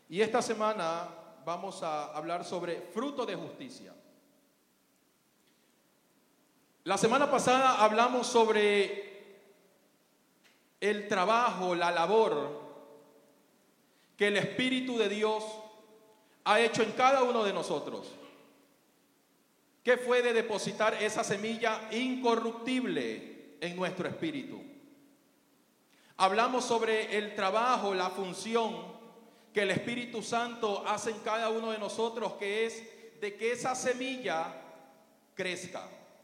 Y esta semana vamos a hablar sobre fruto de justicia. La semana pasada hablamos sobre el trabajo, la labor que el Espíritu de Dios ha hecho en cada uno de nosotros, que fue de depositar esa semilla incorruptible en nuestro espíritu. Hablamos sobre el trabajo, la función que el Espíritu Santo hace en cada uno de nosotros, que es de que esa semilla crezca.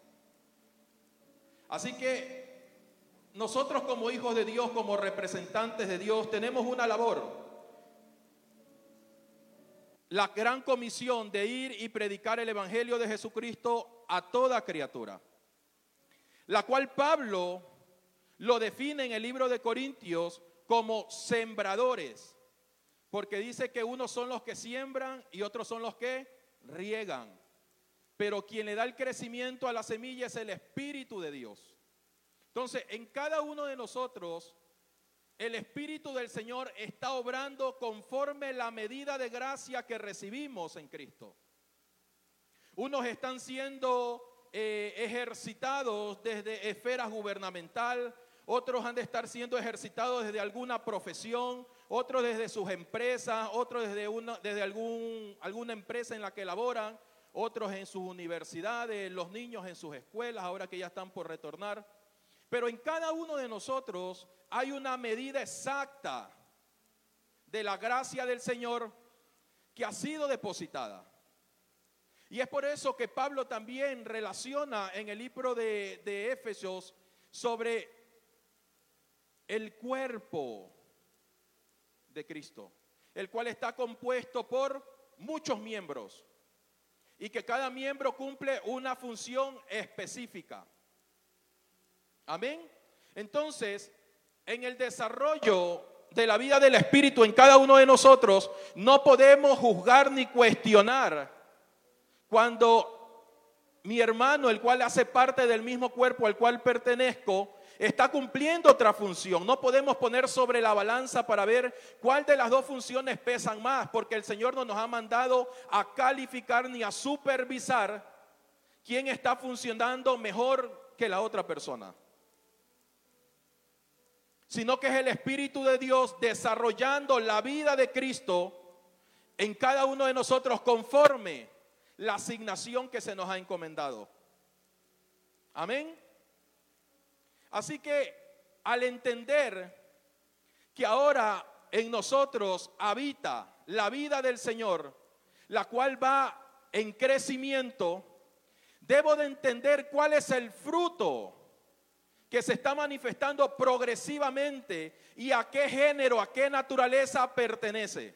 Así que nosotros como hijos de Dios, como representantes de Dios, tenemos una labor. La gran comisión de ir y predicar el Evangelio de Jesucristo a toda criatura, la cual Pablo lo define en el libro de Corintios como sembradores, porque dice que unos son los que siembran y otros son los que riegan, pero quien le da el crecimiento a la semilla es el Espíritu de Dios. Entonces, en cada uno de nosotros, el Espíritu del Señor está obrando conforme la medida de gracia que recibimos en Cristo. Unos están siendo ejercitados desde esfera gubernamental, otros han de estar siendo ejercitados desde alguna profesión, otros desde sus empresas, otros desde alguna empresa en la que laboran, otros en sus universidades, los niños en sus escuelas, ahora que ya están por retornar. Pero en cada uno de nosotros hay una medida exacta de la gracia del Señor que ha sido depositada. Y es por eso que Pablo también relaciona en el libro de Efesios sobre el cuerpo de Cristo, el cual está compuesto por muchos miembros y que cada miembro cumple una función específica. Amén. Entonces, en el desarrollo de la vida del Espíritu en cada uno de nosotros, no podemos juzgar ni cuestionar cuando mi hermano, el cual hace parte del mismo cuerpo al cual pertenezco, está cumpliendo otra función. No podemos poner sobre la balanza para ver cuál de las dos funciones pesan más, porque el Señor no nos ha mandado a calificar ni a supervisar quién está funcionando mejor que la otra persona, sino que es el Espíritu de Dios desarrollando la vida de Cristo en cada uno de nosotros conforme la asignación que se nos ha encomendado. Amén. Así que al entender que ahora en nosotros habita la vida del Señor, la cual va en crecimiento, debo de entender cuál es el fruto que se está manifestando progresivamente y a qué género, a qué naturaleza pertenece.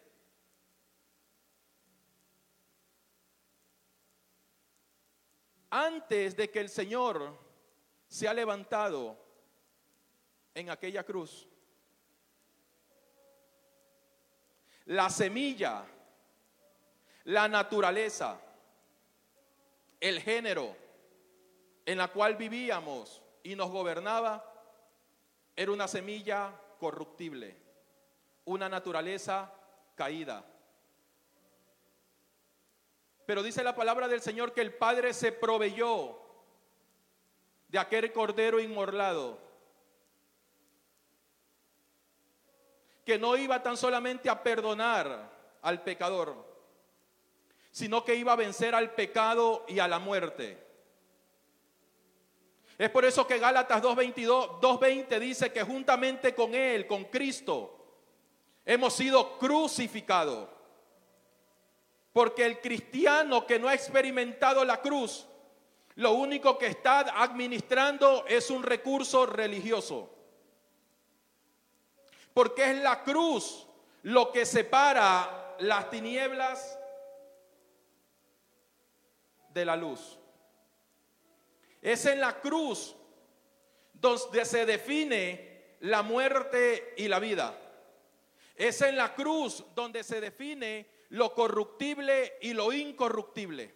Antes de que el Señor se ha levantado en aquella cruz, la semilla, la naturaleza, el género en la cual vivíamos y nos gobernaba, era una semilla corruptible, una naturaleza caída. Pero dice la palabra del Señor que el Padre se proveyó de aquel cordero inmolado, que no iba tan solamente a perdonar al pecador, sino que iba a vencer al pecado y a la muerte. Es por eso que Gálatas 2:20 dice que juntamente con Él, con Cristo, hemos sido crucificados. Porque el cristiano que no ha experimentado la cruz, lo único que está administrando es un recurso religioso. Porque es la cruz lo que separa las tinieblas de la luz. Es en la cruz donde se define la muerte y la vida. Es en la cruz donde se define lo corruptible y lo incorruptible.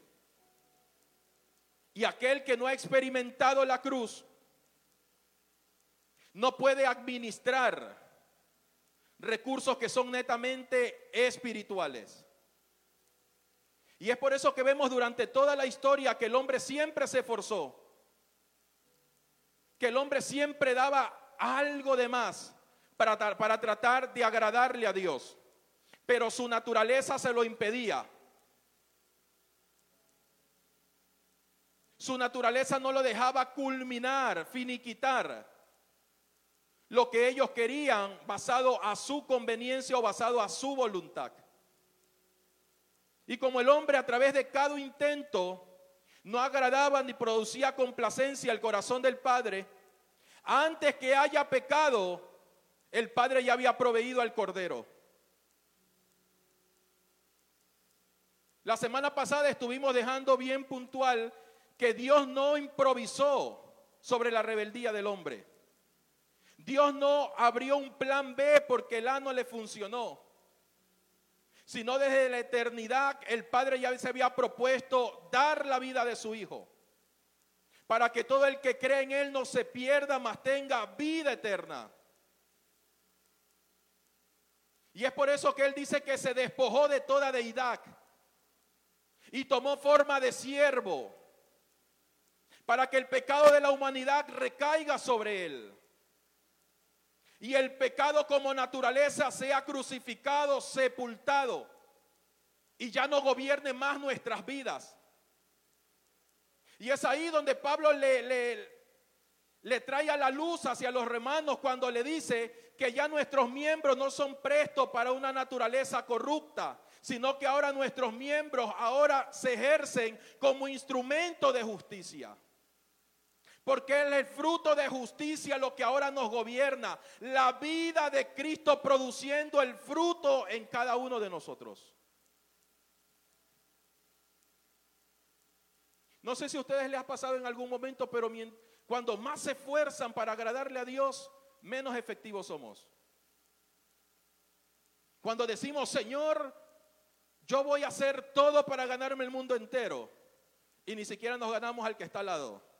Y aquel que no ha experimentado la cruz no puede administrar recursos que son netamente espirituales. Y es por eso que vemos durante toda la historia que el hombre siempre se esforzó, que el hombre siempre daba algo de más para tratar de agradarle a Dios, pero su naturaleza se lo impedía. Su naturaleza no lo dejaba culminar, finiquitar lo que ellos querían basado a su conveniencia o basado a su voluntad. Y como el hombre a través de cada intento no agradaba ni producía complacencia al corazón del Padre, antes que haya pecado, el Padre ya había proveído al Cordero. La semana pasada estuvimos dejando bien puntual que Dios no improvisó sobre la rebeldía del hombre. Dios no abrió un plan B porque el A no le funcionó, sino desde la eternidad el Padre ya se había propuesto dar la vida de su Hijo, para que todo el que cree en Él no se pierda, mas tenga vida eterna. Y es por eso que Él dice que se despojó de toda deidad y tomó forma de siervo, para que el pecado de la humanidad recaiga sobre Él. Y el pecado como naturaleza sea crucificado, sepultado, y ya no gobierne más nuestras vidas. Y es ahí donde Pablo le trae a la luz hacia los romanos cuando le dice que ya nuestros miembros no son prestos para una naturaleza corrupta, sino que ahora nuestros miembros ahora se ejercen como instrumento de justicia. Porque es el fruto de justicia lo que ahora nos gobierna. La vida de Cristo produciendo el fruto en cada uno de nosotros. No sé si a ustedes les ha pasado en algún momento, pero cuando más se esfuerzan para agradarle a Dios, menos efectivos somos. Cuando decimos, Señor, yo voy a hacer todo para ganarme el mundo entero, y ni siquiera nos ganamos al que está al lado.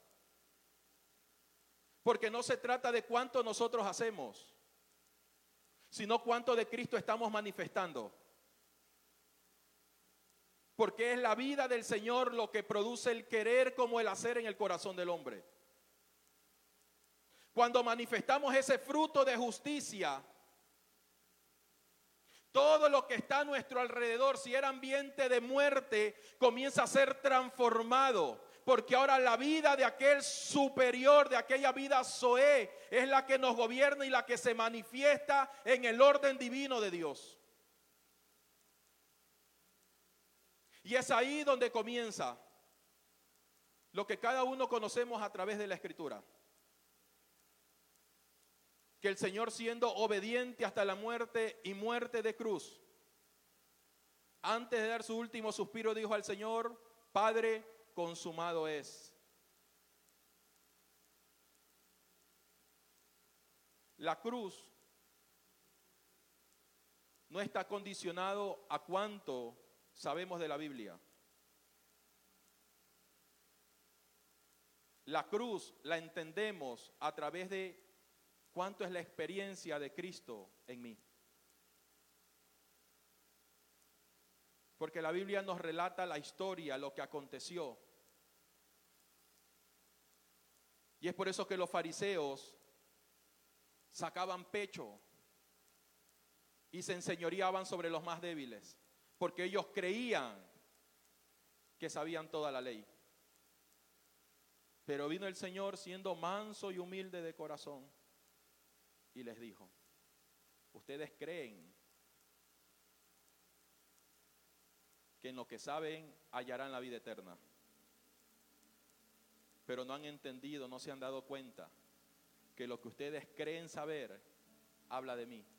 Porque no se trata de cuánto nosotros hacemos, sino cuánto de Cristo estamos manifestando. Porque es la vida del Señor lo que produce el querer como el hacer en el corazón del hombre. Cuando manifestamos ese fruto de justicia, todo lo que está a nuestro alrededor, si era ambiente de muerte, comienza a ser transformado. Porque ahora la vida de aquel superior, de aquella vida Zoé, es la que nos gobierna y la que se manifiesta en el orden divino de Dios. Y es ahí donde comienza lo que cada uno conocemos a través de la Escritura. Que el Señor, siendo obediente hasta la muerte y muerte de cruz, antes de dar su último suspiro dijo al Señor, Padre, consumado es. La cruz no está condicionado a cuánto sabemos de la Biblia. La cruz la entendemos a través de cuánto es la experiencia de Cristo en mí. Porque la Biblia nos relata la historia, lo que aconteció. Y es por eso que los fariseos sacaban pecho y se enseñoreaban sobre los más débiles, porque ellos creían que sabían toda la ley. Pero vino el Señor siendo manso y humilde de corazón y les dijo, ustedes creen que en lo que saben hallarán la vida eterna, pero no han entendido, no se han dado cuenta que lo que ustedes creen saber habla de mí.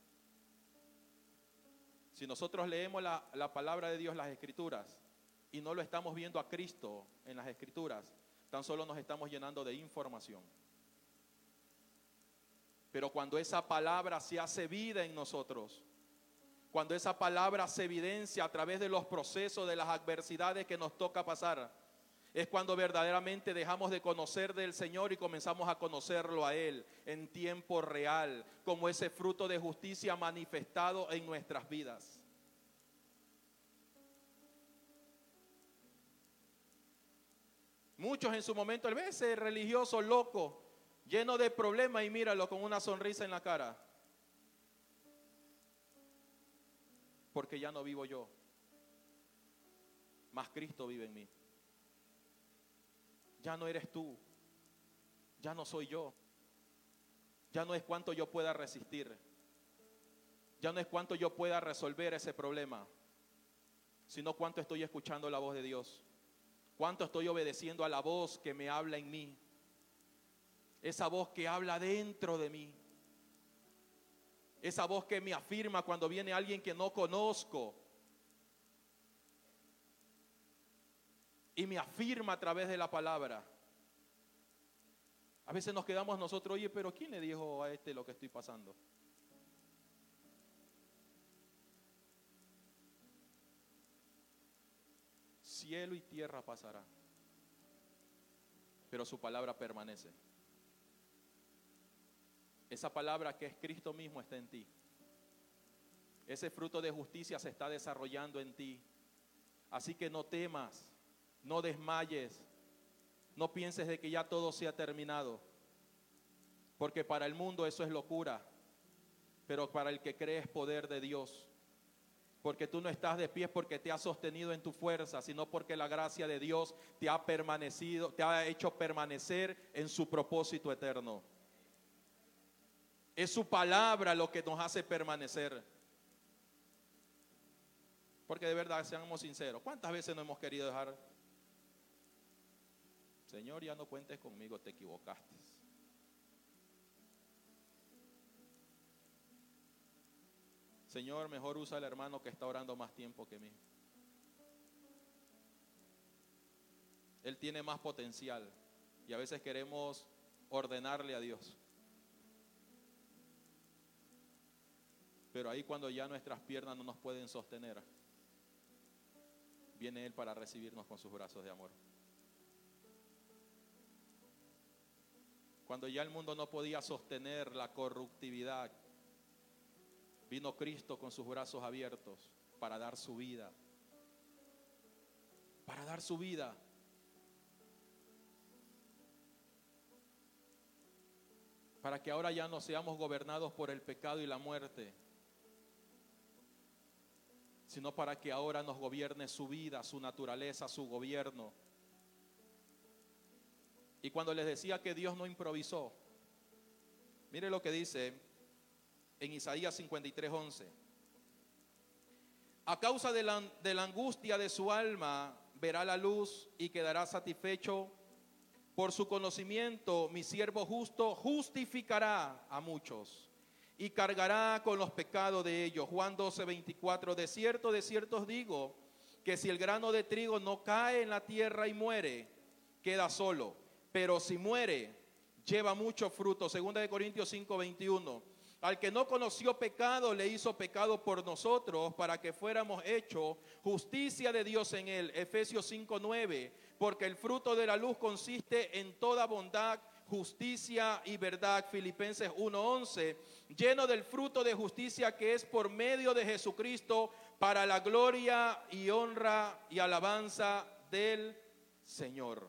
Si nosotros leemos la palabra de Dios, las Escrituras, y no lo estamos viendo a Cristo en las Escrituras, tan solo nos estamos llenando de información. Pero cuando esa palabra se hace vida en nosotros, cuando esa palabra se evidencia a través de los procesos, de las adversidades que nos toca pasar, Es cuando verdaderamente dejamos de conocer del Señor y comenzamos a conocerlo a Él en tiempo real, como ese fruto de justicia manifestado en nuestras vidas. Muchos en su momento, el ese religioso loco, lleno de problemas, y míralo con una sonrisa en la cara. Porque ya no vivo yo, mas Cristo vive en mí. Ya no eres tú, ya no soy yo, ya no es cuánto yo pueda resistir, ya no es cuánto yo pueda resolver ese problema, sino cuánto estoy escuchando la voz de Dios, cuánto estoy obedeciendo a la voz que me habla en mí, esa voz que habla dentro de mí, esa voz que me afirma cuando viene alguien que no conozco y me afirma a través de la palabra. A veces nos quedamos nosotros, oye, pero ¿quién le dijo a este lo que estoy pasando? Cielo y tierra pasará, pero su palabra permanece. Esa palabra que es Cristo mismo está en ti. Ese fruto de justicia se está desarrollando en ti. Así que no temas, no desmayes, no pienses de que ya todo se ha terminado, porque para el mundo eso es locura, pero para el que cree es poder de Dios. Porque tú no estás de pie porque te has sostenido en tu fuerza, sino porque la gracia de Dios te ha permanecido, te ha hecho permanecer en su propósito eterno. Es su palabra lo que nos hace permanecer. Porque de verdad, seamos sinceros, ¿cuántas veces no hemos querido dejar? Señor, ya no cuentes conmigo, te equivocaste. Señor, mejor usa al hermano que está orando más tiempo que mí. Él tiene más potencial y a veces queremos ordenarle a Dios. Pero ahí cuando ya nuestras piernas no nos pueden sostener, viene Él para recibirnos con sus brazos de amor. Cuando ya el mundo no podía sostener la corruptividad, vino Cristo con sus brazos abiertos para dar su vida. Para dar su vida. Para que ahora ya no seamos gobernados por el pecado y la muerte, sino para que ahora nos gobierne su vida, su naturaleza, su gobierno. Y cuando les decía que Dios no improvisó, mire lo que dice en Isaías 53:11. A causa de la angustia de su alma, verá la luz y quedará satisfecho. Por su conocimiento, mi siervo justo justificará a muchos y cargará con los pecados de ellos. Juan 12:24. De cierto os digo, que si el grano de trigo no cae en la tierra y muere, queda solo. Pero si muere, lleva mucho fruto. 2 Corintios 5:21. Al que no conoció pecado, le hizo pecado por nosotros, para que fuéramos hechos justicia de Dios en él. Efesios 5:9. Porque el fruto de la luz consiste en toda bondad, justicia y verdad. Filipenses 1:11. Lleno del fruto de justicia que es por medio de Jesucristo, para la gloria y honra y alabanza del Señor.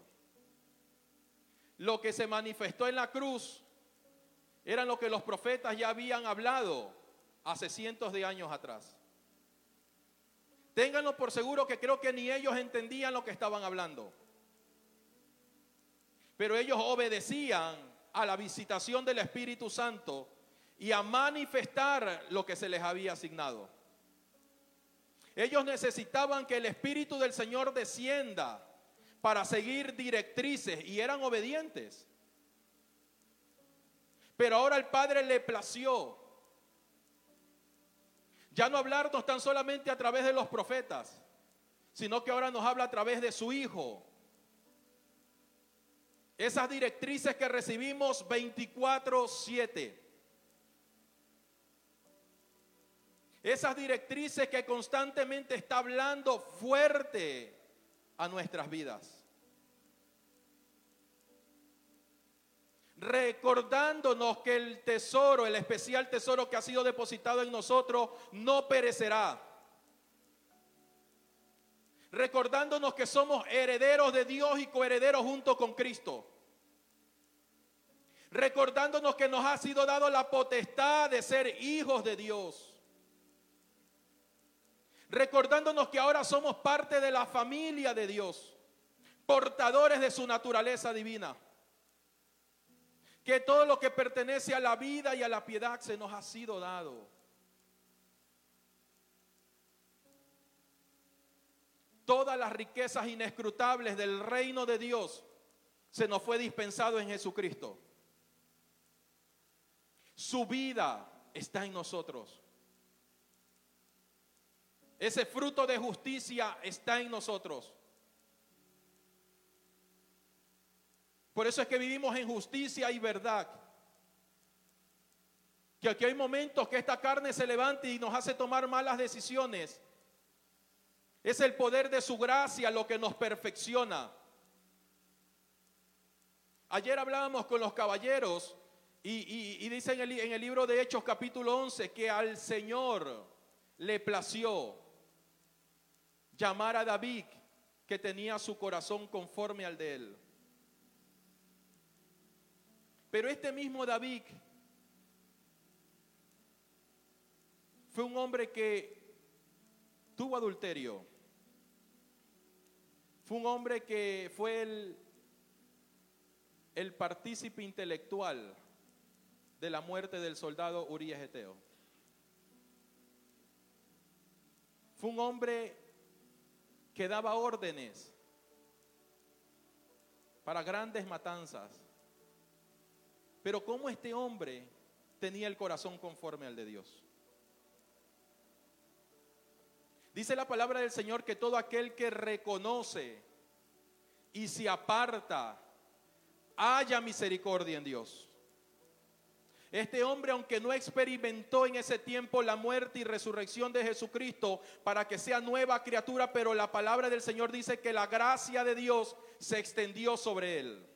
Lo que se manifestó en la cruz eran lo que los profetas ya habían hablado hace cientos de años atrás. Ténganlo por seguro que creo que ni ellos entendían lo que estaban hablando. Pero ellos obedecían a la visitación del Espíritu Santo y a manifestar lo que se les había asignado. Ellos necesitaban que el Espíritu del Señor descienda para seguir directrices y eran obedientes. Pero ahora al Padre le plació ya no hablarnos tan solamente a través de los profetas, sino que ahora nos habla a través de su Hijo. Esas directrices que recibimos 24/7. Esas directrices que constantemente está hablando fuerte a nuestras vidas. recordándonos que el tesoro, el especial tesoro que ha sido depositado en nosotros, no perecerá. Recordándonos que somos herederos de Dios y coherederos junto con Cristo. Recordándonos que nos ha sido dado la potestad de ser hijos de Dios. Recordándonos que ahora somos parte de la familia de Dios, portadores de su naturaleza divina. Que todo lo que pertenece a la vida y a la piedad se nos ha sido dado. Todas las riquezas inescrutables del reino de Dios se nos fue dispensado en Jesucristo. Su vida está en nosotros. Ese fruto de justicia está en nosotros. Por eso es que vivimos en justicia y verdad. Que aquí hay momentos que esta carne se levanta y nos hace tomar malas decisiones. Es el poder de su gracia lo que nos perfecciona. Ayer hablábamos con los caballeros y dice en el libro de Hechos capítulo 11 que al Señor le plació llamar a David, que tenía su corazón conforme al de él. Pero este mismo David fue un hombre que tuvo adulterio. Fue un hombre que fue el partícipe intelectual de la muerte del soldado Urías Eteo. Fue un hombre que daba órdenes para grandes matanzas. Pero cómo este hombre tenía el corazón conforme al de Dios. Dice la palabra del Señor que todo aquel que reconoce y se aparta, haya misericordia en Dios. Este hombre, aunque no experimentó en ese tiempo la muerte y resurrección de Jesucristo para que sea nueva criatura, pero la palabra del Señor dice que la gracia de Dios se extendió sobre él.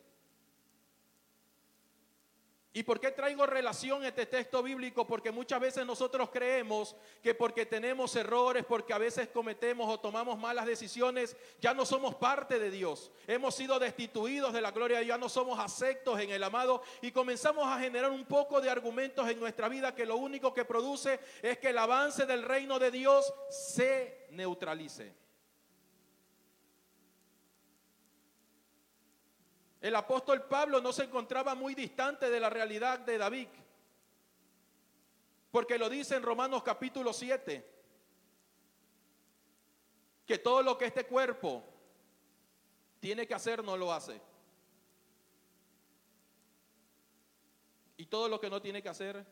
¿Y por qué traigo relación a este texto bíblico? Porque muchas veces nosotros creemos que porque tenemos errores, porque a veces cometemos o tomamos malas decisiones, ya no somos parte de Dios. Hemos sido destituidos de la gloria de Dios, ya no somos aceptos en el amado y comenzamos a generar un poco de argumentos en nuestra vida que lo único que produce es que el avance del reino de Dios se neutralice. El apóstol Pablo no se encontraba muy distante de la realidad de David, porque lo dice en Romanos capítulo 7, que todo lo que este cuerpo tiene que hacer no lo hace, y todo lo que no tiene que hacer,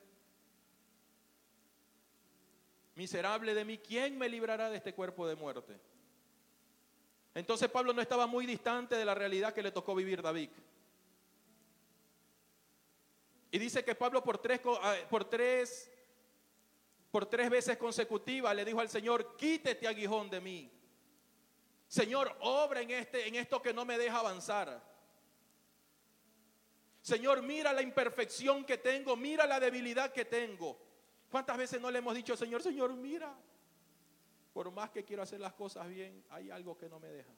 miserable de mí, ¿quién me librará de este cuerpo de muerte? Entonces Pablo no estaba muy distante de la realidad que le tocó vivir David. Y dice que Pablo por tres veces consecutivas le dijo al Señor: quítete, aguijón, de mí. Señor, obra en esto que no me deja avanzar. Señor, mira la imperfección que tengo, mira la debilidad que tengo. ¿Cuántas veces no le hemos dicho, Señor, mira? Por más que quiero hacer las cosas bien, hay algo que no me deja.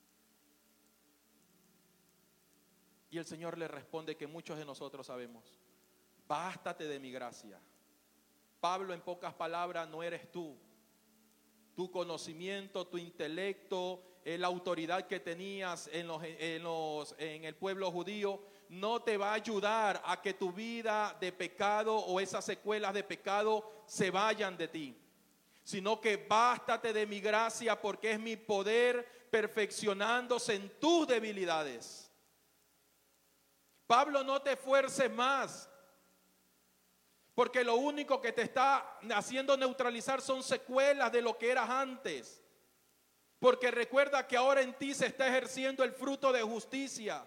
Y el Señor le responde que muchos de nosotros sabemos: bástate de mi gracia. Pablo, en pocas palabras, no eres tú. Tu conocimiento, tu intelecto, la autoridad que tenías en el pueblo judío no te va a ayudar a que tu vida de pecado o esas secuelas de pecado se vayan de ti, sino que bástate de mi gracia, porque es mi poder perfeccionándose en tus debilidades. Pablo, no te esfuerces más, porque lo único que te está haciendo neutralizar son secuelas de lo que eras antes. Porque recuerda que ahora en ti se está ejerciendo el fruto de justicia.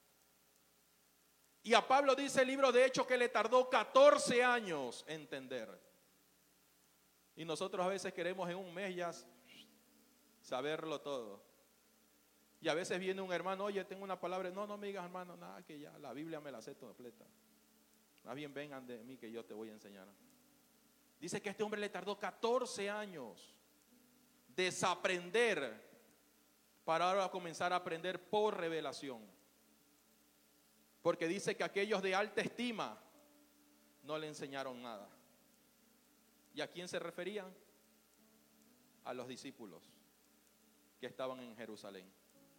Y a Pablo dice el libro de Hechos que le tardó 14 años entender. Y nosotros a veces queremos en un mes ya saberlo todo. Y a veces viene un hermano, oye, tengo una palabra. No, no me digas, hermano, nada, que ya la Biblia me la sé completa. Más bien vengan de mí que yo te voy a enseñar. Dice que este hombre le tardó 14 años desaprender para ahora comenzar a aprender por revelación. Porque dice que aquellos de alta estima no le enseñaron nada. ¿Y a quién se referían? A los discípulos que estaban en Jerusalén.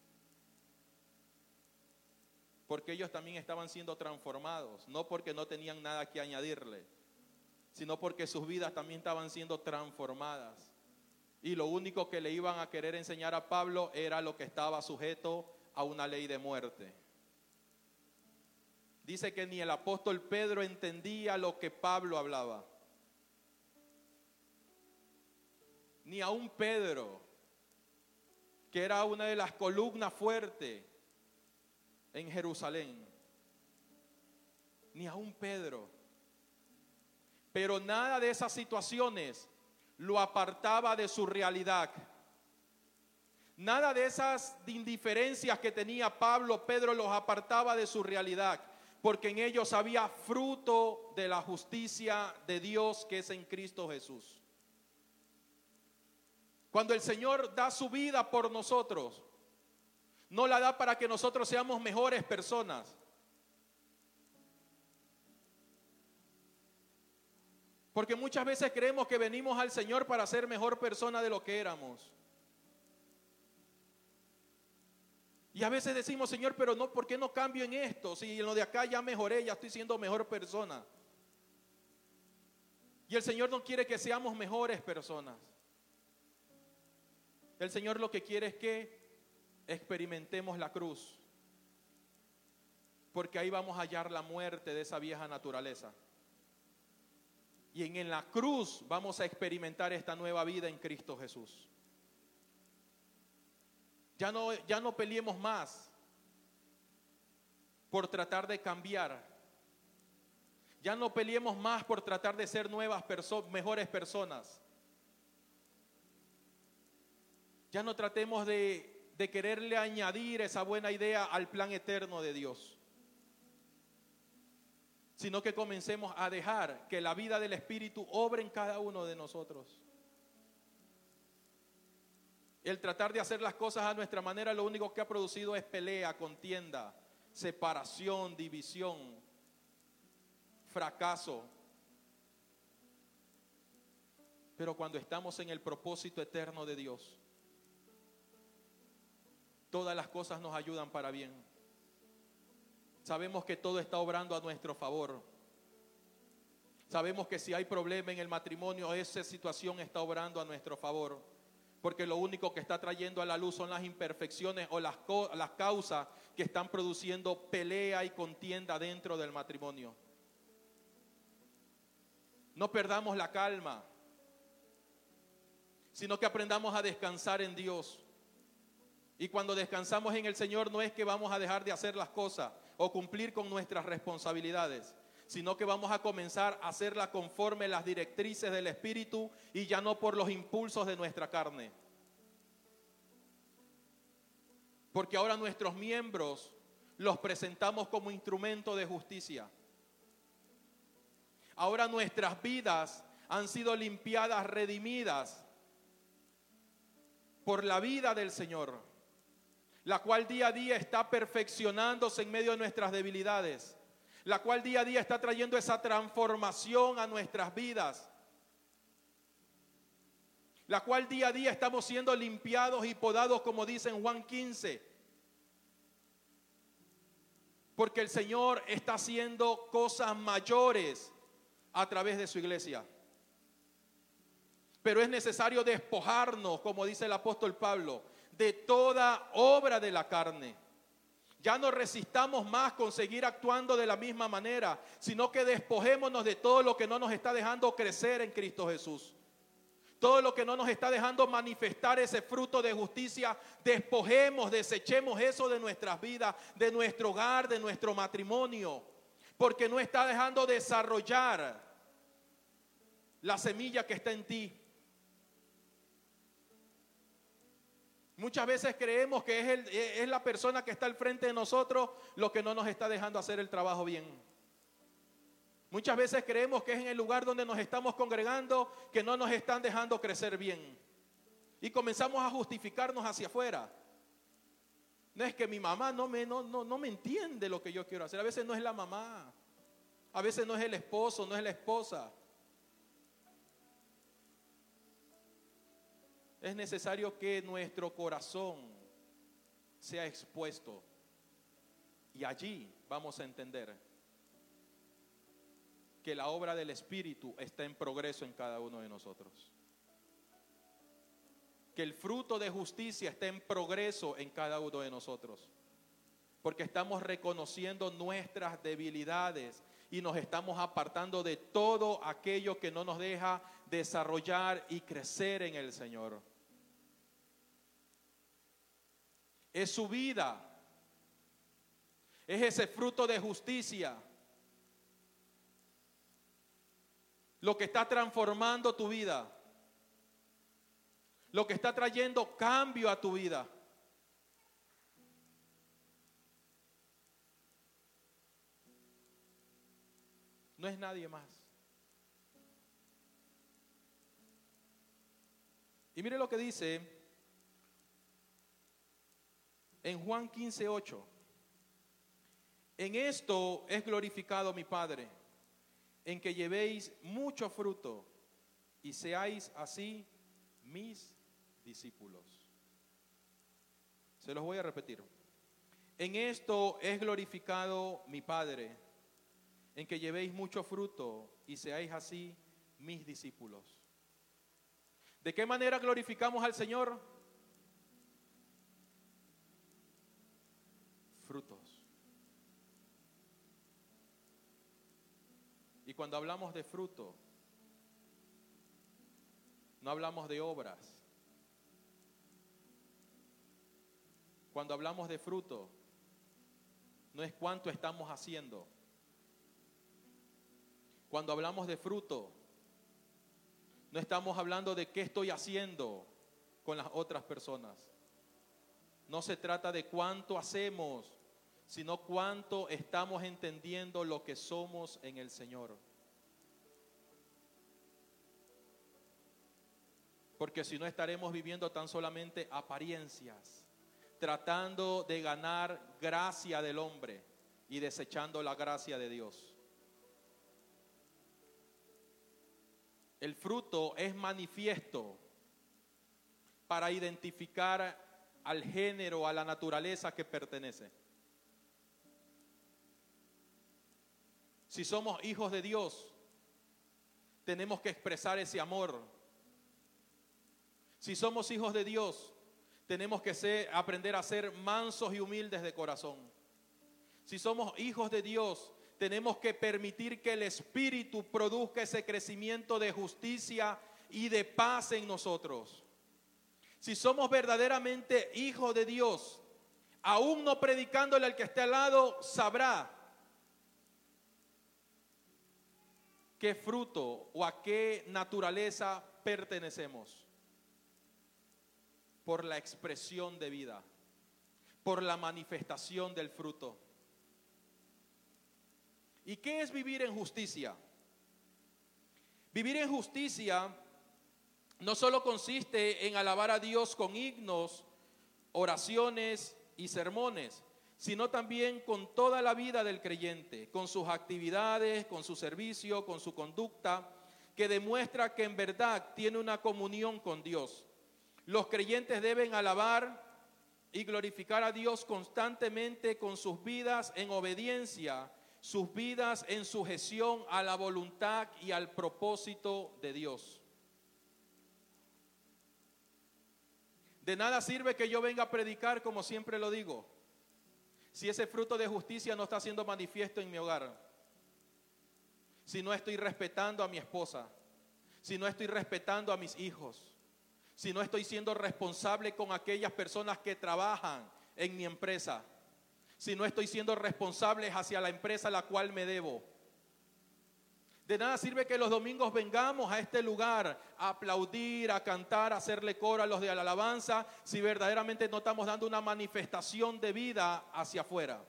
Porque ellos también estaban siendo transformados, no porque no tenían nada que añadirle, sino porque sus vidas también estaban siendo transformadas. Y lo único que le iban a querer enseñar a Pablo era lo que estaba sujeto a una ley de muerte. Dice que ni el apóstol Pedro entendía lo que Pablo hablaba. Ni aún Pedro, que era una de las columnas fuertes en Jerusalén. Ni aún Pedro. Pero nada de esas situaciones lo apartaba de su realidad. Nada de esas indiferencias que tenía Pedro los apartaba de su realidad, porque en ellos había fruto de la justicia de Dios que es en Cristo Jesús. Cuando el Señor da su vida por nosotros, no la da para que nosotros seamos mejores personas. Porque muchas veces creemos que venimos al Señor para ser mejor persona de lo que éramos. Y a veces decimos, Señor, pero no, ¿por qué no cambio en esto? Si en lo de acá ya mejoré, ya estoy siendo mejor persona. Y el Señor no quiere que seamos mejores personas. El Señor lo que quiere es que experimentemos la cruz. Porque ahí vamos a hallar la muerte de esa vieja naturaleza. Y en la cruz vamos a experimentar esta nueva vida en Cristo Jesús. Ya no peleemos más por tratar de cambiar. Ya no peleemos más por tratar de ser mejores personas. Ya no tratemos de quererle añadir esa buena idea al plan eterno de Dios. Sino que comencemos a dejar que la vida del Espíritu obre en cada uno de nosotros. El tratar de hacer las cosas a nuestra manera lo único que ha producido es pelea, contienda, separación, división, fracaso. Pero cuando estamos en el propósito eterno de Dios, todas las cosas nos ayudan para bien. Sabemos que todo está obrando a nuestro favor. Sabemos que si hay problema en el matrimonio, esa situación está obrando a nuestro favor. Porque lo único que está trayendo a la luz son las imperfecciones o las causas que están produciendo pelea y contienda dentro del matrimonio. No perdamos la calma, sino que aprendamos a descansar en Dios. Y cuando descansamos en el Señor no es que vamos a dejar de hacer las cosas o cumplir con nuestras responsabilidades, sino que vamos a comenzar a hacerlas conforme las directrices del Espíritu y ya no por los impulsos de nuestra carne. Porque ahora nuestros miembros los presentamos como instrumento de justicia. Ahora nuestras vidas han sido limpiadas, redimidas por la vida del Señor, la cual día a día está perfeccionándose en medio de nuestras debilidades, la cual día a día está trayendo esa transformación a nuestras vidas, la cual día a día estamos siendo limpiados y podados, como dice en Juan 15, porque el Señor está haciendo cosas mayores a través de su iglesia. Pero es necesario despojarnos, como dice el apóstol Pablo, de toda obra de la carne. Ya no resistamos más con seguir actuando de la misma manera, sino que despojémonos de todo lo que no nos está dejando crecer en Cristo Jesús. Todo lo que no nos está dejando manifestar ese fruto de justicia, despojemos, desechemos eso de nuestras vidas, de nuestro hogar, de nuestro matrimonio, porque no está dejando desarrollar la semilla que está en ti. Muchas veces creemos que es la persona que está al frente de nosotros lo que no nos está dejando hacer el trabajo bien. Muchas veces creemos que es en el lugar donde nos estamos congregando que no nos están dejando crecer bien. Y comenzamos a justificarnos hacia afuera. No es que mi mamá no me entiende lo que yo quiero hacer. A veces no es la mamá. A veces no es el esposo, no es la esposa. Es necesario que nuestro corazón sea expuesto. Y allí vamos a entender que la obra del Espíritu está en progreso en cada uno de nosotros. Que el fruto de justicia está en progreso en cada uno de nosotros. Porque estamos reconociendo nuestras debilidades y nos estamos apartando de todo aquello que no nos deja desarrollar y crecer en el Señor. Es su vida. Es ese fruto de justicia lo que está transformando tu vida. Lo que está trayendo cambio a tu vida. No es nadie más. Y mire lo que dice en Juan 15:8. En esto es glorificado mi Padre, en que llevéis mucho fruto y seáis así mis discípulos. Se los voy a repetir. En esto es glorificado mi Padre, en que llevéis mucho fruto y seáis así mis discípulos. ¿De qué manera glorificamos al Señor? Frutos. Y cuando hablamos de fruto, no hablamos de obras. Cuando hablamos de fruto, no es cuánto estamos haciendo. Cuando hablamos de fruto, no estamos hablando de qué estoy haciendo con las otras personas. No se trata de cuánto hacemos, sino cuánto estamos entendiendo lo que somos en el Señor. Porque si no estaremos viviendo tan solamente apariencias, tratando de ganar gracia del hombre y desechando la gracia de Dios. El fruto es manifiesto para identificar al género, a la naturaleza que pertenece. Si somos hijos de Dios, tenemos que expresar ese amor. Si somos hijos de Dios, tenemos que aprender a ser mansos y humildes de corazón. Si somos hijos de Dios, tenemos que permitir que el Espíritu produzca ese crecimiento de justicia y de paz en nosotros. Si somos verdaderamente hijos de Dios, aún no predicándole al que esté al lado, sabrá qué fruto o a qué naturaleza pertenecemos. Por la expresión de vida, por la manifestación del fruto. ¿Y qué es vivir en justicia? Vivir en justicia no solo consiste en alabar a Dios con himnos, oraciones y sermones, sino también con toda la vida del creyente, con sus actividades, con su servicio, con su conducta, que demuestra que en verdad tiene una comunión con Dios. Los creyentes deben alabar y glorificar a Dios constantemente con sus vidas en obediencia, sus vidas en sujeción a la voluntad y al propósito de Dios. De nada sirve que yo venga a predicar, como siempre lo digo, si ese fruto de justicia no está siendo manifiesto en mi hogar, si no estoy respetando a mi esposa, si no estoy respetando a mis hijos, si no estoy siendo responsable con aquellas personas que trabajan en mi empresa, si no estoy siendo responsable hacia la empresa a la cual me debo. De nada sirve que los domingos vengamos a este lugar a aplaudir, a cantar, a hacerle coro a los de la alabanza, si verdaderamente no estamos dando una manifestación de vida hacia afuera.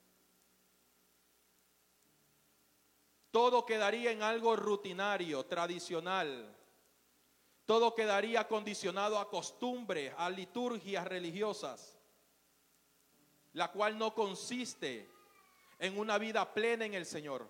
Todo quedaría en algo rutinario, tradicional. Todo quedaría condicionado a costumbres, a liturgias religiosas, la cual no consiste en una vida plena en el Señor.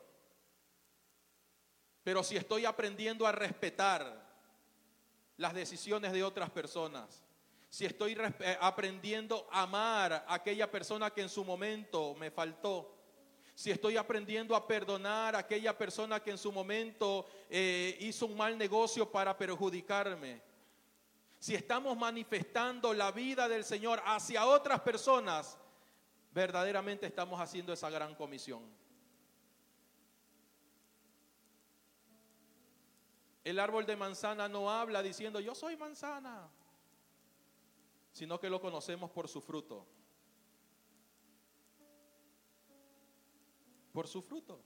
Pero si estoy aprendiendo a respetar las decisiones de otras personas, si estoy aprendiendo a amar a aquella persona que en su momento me faltó, si estoy aprendiendo a perdonar a aquella persona que en su momento hizo un mal negocio para perjudicarme, si estamos manifestando la vida del Señor hacia otras personas, verdaderamente estamos haciendo esa gran comisión. El árbol de manzana no habla diciendo yo soy manzana, sino que lo conocemos por su fruto. Por su fruto.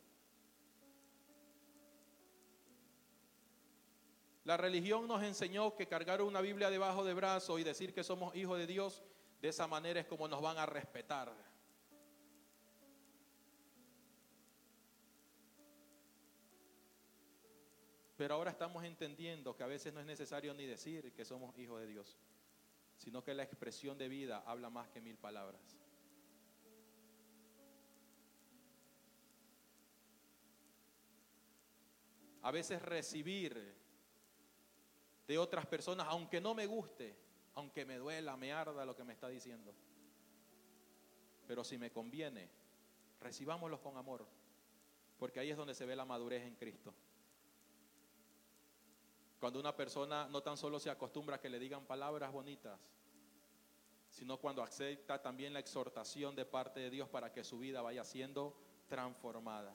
La religión nos enseñó que cargar una Biblia debajo del brazo y decir que somos hijos de Dios, de esa manera es como nos van a respetar. Pero ahora estamos entendiendo que a veces no es necesario ni decir que somos hijos de Dios, sino que la expresión de vida habla más que 1000 palabras. A veces recibir de otras personas, aunque no me guste, aunque me duela, me arda lo que me está diciendo, pero si me conviene, recibámoslos con amor, porque ahí es donde se ve la madurez en Cristo. Cuando una persona no tan solo se acostumbra a que le digan palabras bonitas, sino cuando acepta también la exhortación de parte de Dios para que su vida vaya siendo transformada.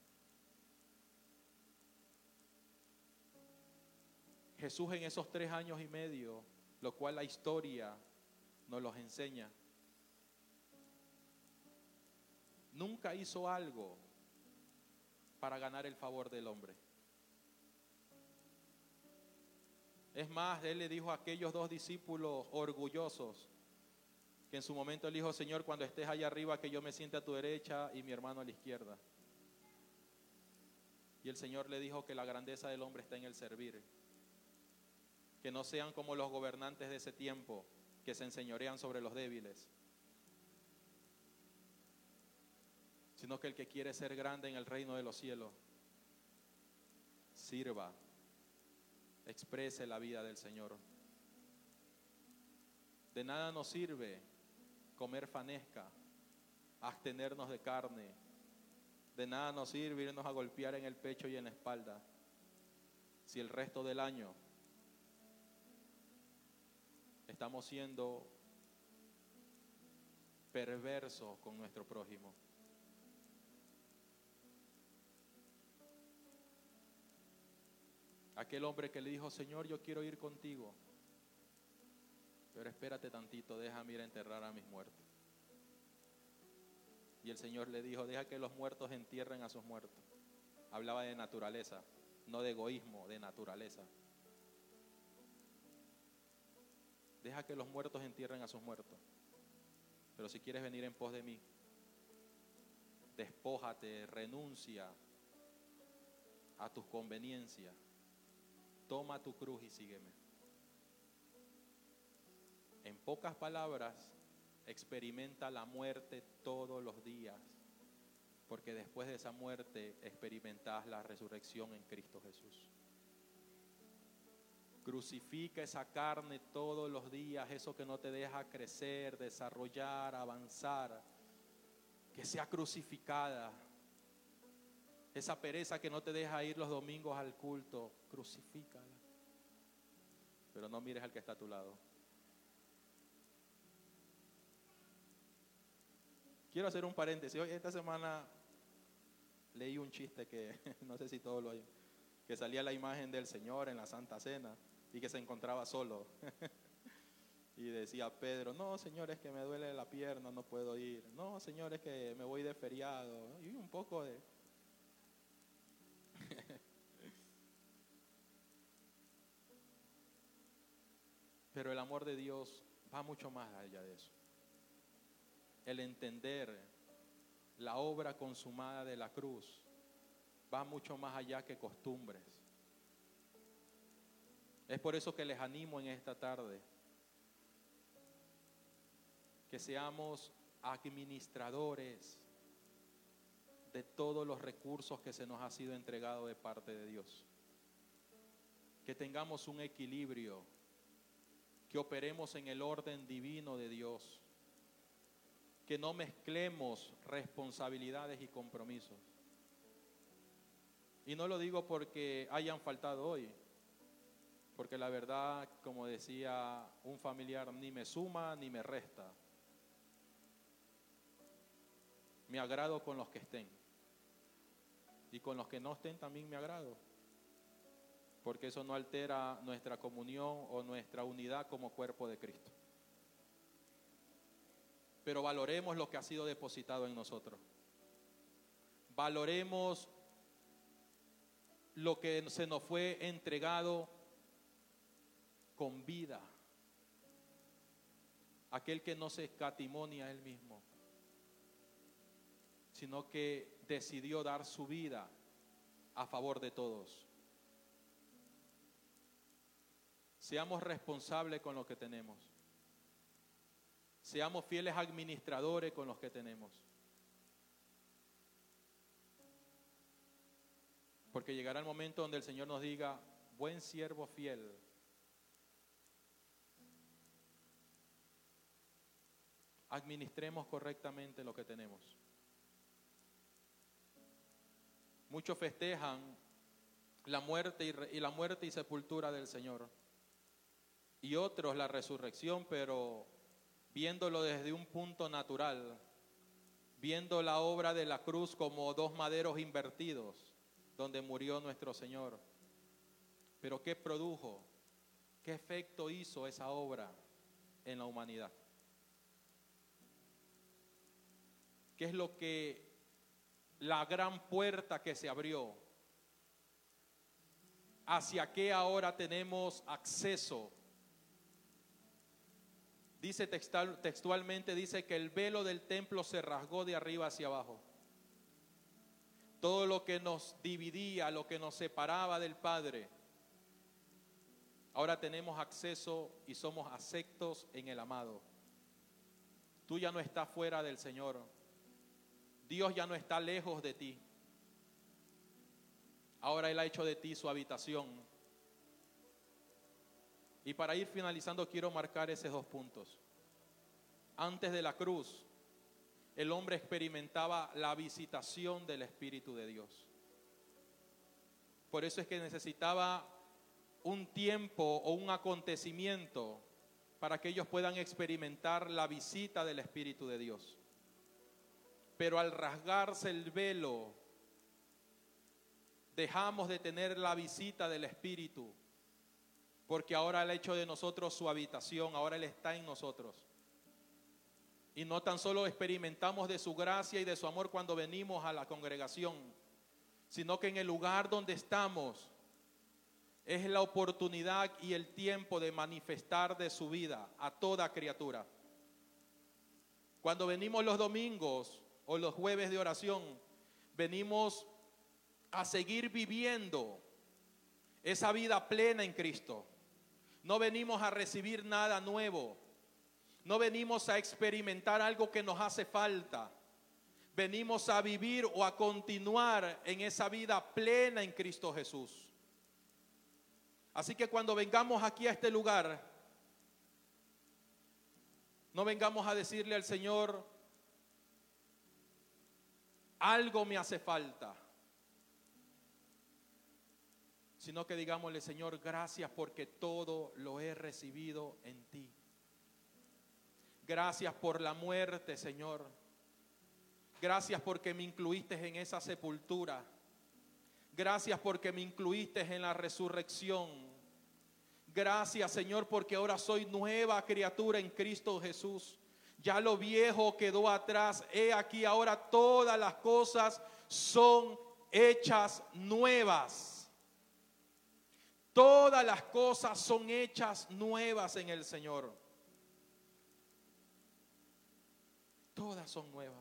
Jesús en esos 3 años y medio, lo cual la historia nos los enseña, nunca hizo algo para ganar el favor del hombre. Es más, Él le dijo a aquellos 2 discípulos orgullosos, que en su momento le dijo, Señor, cuando estés allá arriba, que yo me siente a tu derecha y mi hermano a la izquierda. Y el Señor le dijo que la grandeza del hombre está en el servir. Que no sean como los gobernantes de ese tiempo, que se enseñorean sobre los débiles, sino que el que quiere ser grande en el reino de los cielos, sirva, exprese la vida del Señor. De nada nos sirve comer fanesca, abstenernos de carne. De nada nos sirve irnos a golpear en el pecho y en la espalda, si el resto del año estamos siendo perversos con nuestro prójimo. Aquel hombre que le dijo, Señor, yo quiero ir contigo, pero espérate tantito, déjame ir a enterrar a mis muertos. Y el Señor le dijo, deja que los muertos entierren a sus muertos. Hablaba de naturaleza, no de egoísmo, de naturaleza. Deja que los muertos entierren a sus muertos. Pero si quieres venir en pos de mí, despójate, renuncia a tus conveniencias. Toma tu cruz y sígueme. En pocas palabras, experimenta la muerte todos los días, porque después de esa muerte experimentas la resurrección en Cristo Jesús. Crucifica esa carne todos los días, eso que no te deja crecer, desarrollar, avanzar, que sea crucificada. Esa pereza que no te deja ir los domingos al culto, crucifícala. Pero no mires al que está a tu lado. Quiero hacer un paréntesis. Hoy, esta semana leí un chiste que no sé si todos lo oyen, que salía la imagen del Señor en la Santa Cena y que se encontraba solo. Y decía Pedro, no, Señor, es que me duele la pierna, no puedo ir. No, Señor, es que me voy de feriado. Y un poco de... Pero el amor de Dios va mucho más allá de eso. El entender la obra consumada de la cruz va mucho más allá que costumbres. Es por eso que les animo en esta tarde que seamos administradores de todos los recursos que se nos ha sido entregado de parte de Dios. Que tengamos un equilibrio, que operemos en el orden divino de Dios, que no mezclemos responsabilidades y compromisos. Y no lo digo porque hayan faltado hoy, porque la verdad, como decía un familiar, ni me suma ni me resta. Me agrado con los que estén, y con los que no estén también me agrado, porque eso no altera nuestra comunión o nuestra unidad como cuerpo de Cristo. Pero valoremos lo que ha sido depositado en nosotros. Valoremos lo que se nos fue entregado con vida. Aquel que no se escatimó ni a él mismo, sino que decidió dar su vida a favor de todos. Seamos responsables con lo que tenemos. Seamos fieles administradores con los que tenemos. Porque llegará el momento donde el Señor nos diga: buen siervo fiel. Administremos correctamente lo que tenemos. Muchos festejan la muerte y sepultura del Señor, y otros la resurrección, pero viéndolo desde un punto natural, viendo la obra de la cruz como dos maderos invertidos, donde murió nuestro Señor. Pero ¿qué produjo? ¿Qué efecto hizo esa obra en la humanidad? ¿Qué es lo que la gran puerta que se abrió? ¿Hacia qué ahora tenemos acceso? Dice textualmente, dice que el velo del templo se rasgó de arriba hacia abajo. Todo lo que nos dividía, lo que nos separaba del Padre, ahora tenemos acceso y somos aceptos en el amado. Tú ya no estás fuera del Señor. Dios ya no está lejos de ti. Ahora Él ha hecho de ti su habitación. Y para ir finalizando quiero marcar esos dos puntos. Antes de la cruz, el hombre experimentaba la visitación del Espíritu de Dios. Por eso es que necesitaba un tiempo o un acontecimiento para que ellos puedan experimentar la visita del Espíritu de Dios. Pero al rasgarse el velo, dejamos de tener la visita del Espíritu, porque ahora Él ha hecho de nosotros su habitación, ahora Él está en nosotros. Y no tan solo experimentamos de su gracia y de su amor cuando venimos a la congregación, sino que en el lugar donde estamos es la oportunidad y el tiempo de manifestar de su vida a toda criatura. Cuando venimos los domingos o los jueves de oración, venimos a seguir viviendo esa vida plena en Cristo. No venimos a recibir nada nuevo. No venimos a experimentar algo que nos hace falta. Venimos a vivir o a continuar en esa vida plena en Cristo Jesús. Así que cuando vengamos aquí a este lugar, no vengamos a decirle al Señor: algo me hace falta, sino que digámosle: Señor, gracias porque todo lo he recibido en ti. Gracias por la muerte, Señor. Gracias porque me incluiste en esa sepultura. Gracias porque me incluiste en la resurrección. Gracias, Señor, porque ahora soy nueva criatura en Cristo Jesús. Ya lo viejo quedó atrás. He aquí ahora todas las cosas son hechas nuevas. Todas las cosas son hechas nuevas en el Señor. Todas son nuevas.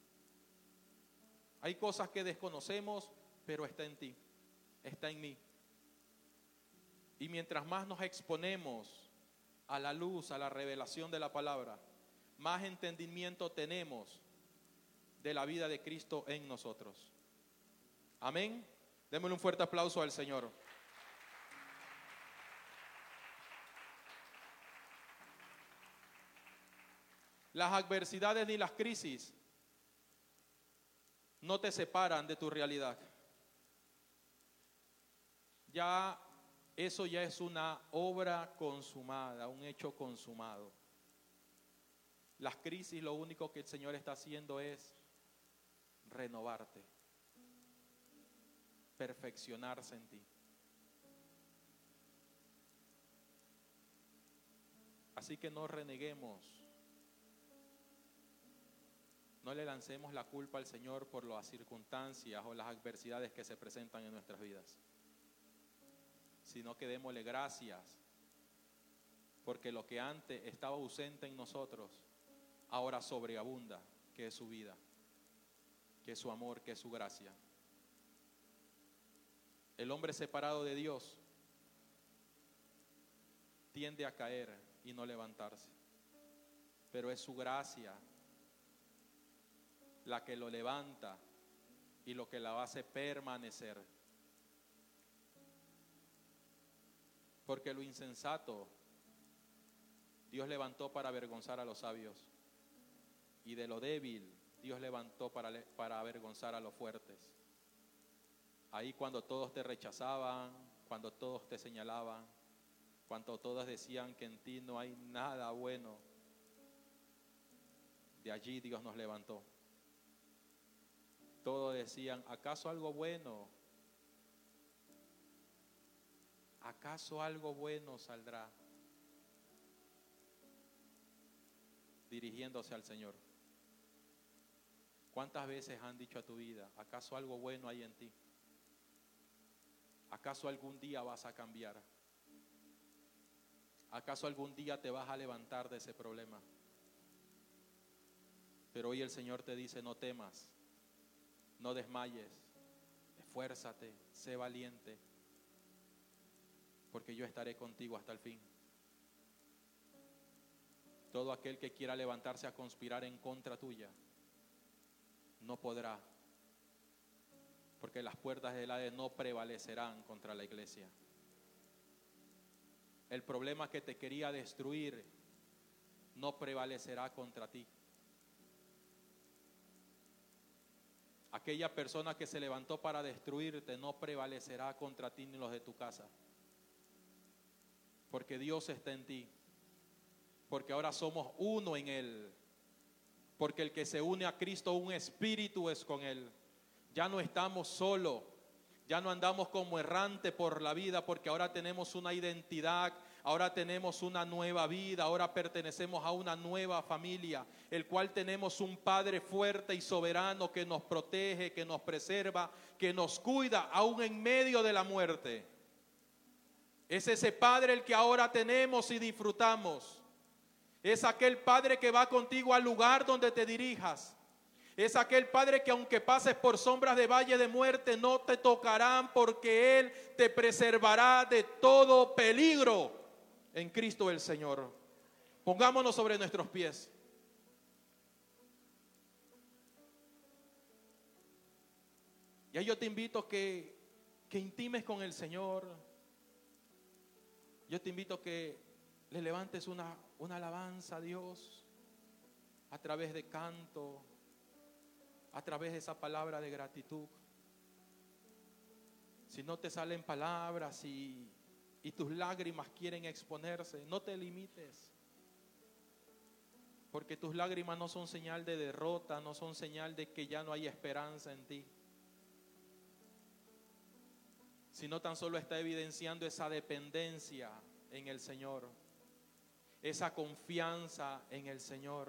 Hay cosas que desconocemos, pero está en ti, está en mí. Y mientras más nos exponemos a la luz, a la revelación de la palabra, más entendimiento tenemos de la vida de Cristo en nosotros. Amén. Démosle un fuerte aplauso al Señor. Las adversidades ni las crisis no te separan de tu realidad. Ya eso ya es una obra consumada, un hecho consumado. Las crisis, lo único que el Señor está haciendo es renovarte, perfeccionarse en ti. Así que no reneguemos, no le lancemos la culpa al Señor por las circunstancias o las adversidades que se presentan en nuestras vidas, sino que démosle gracias, porque lo que antes estaba ausente en nosotros, ahora sobreabunda, que es su vida, que es su amor, que es su gracia. El hombre separado de Dios tiende a caer y no levantarse, pero es su gracia la que lo levanta y lo que la hace permanecer. Porque lo insensato Dios levantó para avergonzar a los sabios, y de lo débil Dios levantó para avergonzar a los fuertes. Ahí cuando todos te rechazaban, cuando todos te señalaban, cuando todos decían que en ti no hay nada bueno, de allí Dios nos levantó. Todos decían, ¿acaso algo bueno? ¿Acaso algo bueno saldrá? Dirigiéndose al Señor. ¿Cuántas veces han dicho a tu vida, ¿acaso algo bueno hay en ti? ¿Acaso algún día vas a cambiar? ¿Acaso algún día te vas a levantar de ese problema? Pero hoy el Señor te dice, no temas, no desmayes, esfuérzate, sé valiente, porque yo estaré contigo hasta el fin. Todo aquel que quiera levantarse a conspirar en contra tuya, no podrá, porque las puertas del Hades no prevalecerán contra la iglesia. El problema que te quería destruir no prevalecerá contra ti. Aquella persona que se levantó para destruirte no prevalecerá contra ti ni los de tu casa, porque Dios está en ti, porque ahora somos uno en Él, porque el que se une a Cristo, un espíritu es con Él. Ya no estamos solos, ya no andamos como errante por la vida, porque ahora tenemos una identidad, ahora tenemos una nueva vida, ahora pertenecemos a una nueva familia, el cual tenemos un Padre fuerte y soberano que nos protege, que nos preserva, que nos cuida aún en medio de la muerte. Es ese Padre el que ahora tenemos y disfrutamos. Es aquel Padre que va contigo al lugar donde te dirijas. Es aquel Padre que aunque pases por sombras de valle de muerte no te tocarán, porque Él te preservará de todo peligro en Cristo el Señor. Pongámonos sobre nuestros pies. Ya yo te invito que intimes con el Señor. Yo te invito que le levantes una alabanza a Dios a través de canto, a través de esa palabra de gratitud. Si no te salen palabras y tus lágrimas quieren exponerse, no te limites, porque tus lágrimas no son señal de derrota, no son señal de que ya no hay esperanza en ti, sino tan solo está evidenciando esa dependencia en el Señor, esa confianza en el Señor.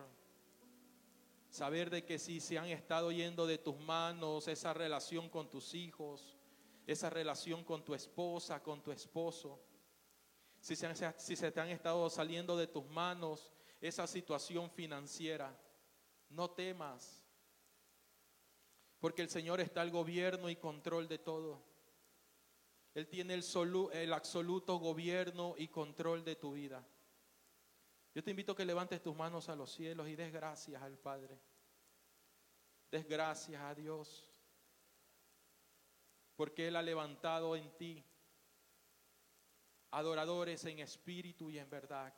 Saber de que si se han estado yendo de tus manos esa relación con tus hijos, esa relación con tu esposa, con tu esposo. Si se te han estado saliendo de tus manos esa situación financiera, no temas, porque el Señor está al gobierno y control de todo. Él tiene el absoluto gobierno y control de tu vida. Yo te invito a que levantes tus manos a los cielos y des gracias al Padre. Des gracias a Dios, porque Él ha levantado en ti adoradores en espíritu y en verdad.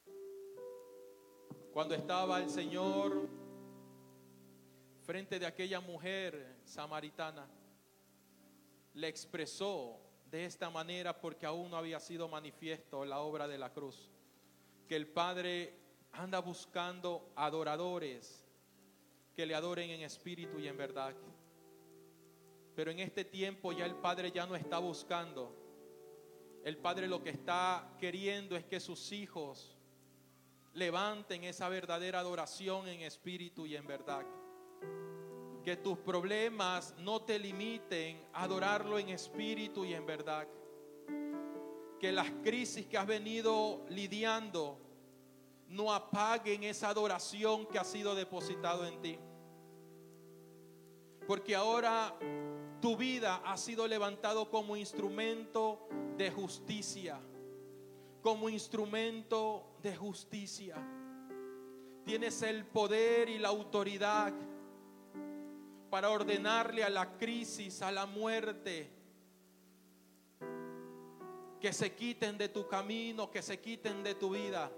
Cuando estaba el Señor frente de aquella mujer samaritana, le expresó de esta manera, porque aún no había sido manifiesto la obra de la cruz, que el Padre anda buscando adoradores que le adoren en espíritu y en verdad. Pero en este tiempo ya el Padre ya no está buscando. El Padre lo que está queriendo es que sus hijos levanten esa verdadera adoración en espíritu y en verdad. Que tus problemas no te limiten a adorarlo en espíritu y en verdad. Que las crisis que has venido lidiando no apaguen esa adoración que ha sido depositado en ti. Porque ahora tu vida ha sido levantado como instrumento de justicia. Como instrumento de justicia. Tienes el poder y la autoridad para ordenarle a la crisis, a la muerte, que se quiten de tu camino, que se quiten de tu vida.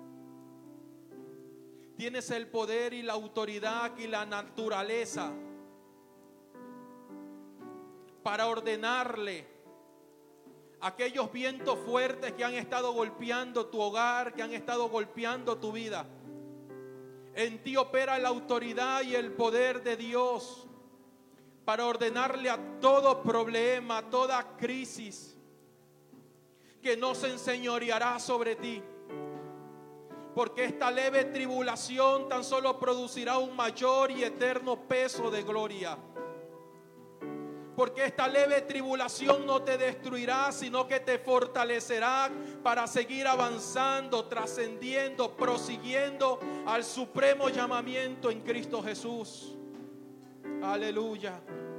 Tienes el poder y la autoridad y la naturaleza para ordenarle a aquellos vientos fuertes que han estado golpeando tu hogar, que han estado golpeando tu vida. En ti opera la autoridad y el poder de Dios para ordenarle a todo problema, a toda crisis, que no se enseñoreará sobre ti. Porque esta leve tribulación tan solo producirá un mayor y eterno peso de gloria. Porque esta leve tribulación no te destruirá, sino que te fortalecerá para seguir avanzando, trascendiendo, prosiguiendo al supremo llamamiento en Cristo Jesús. Aleluya.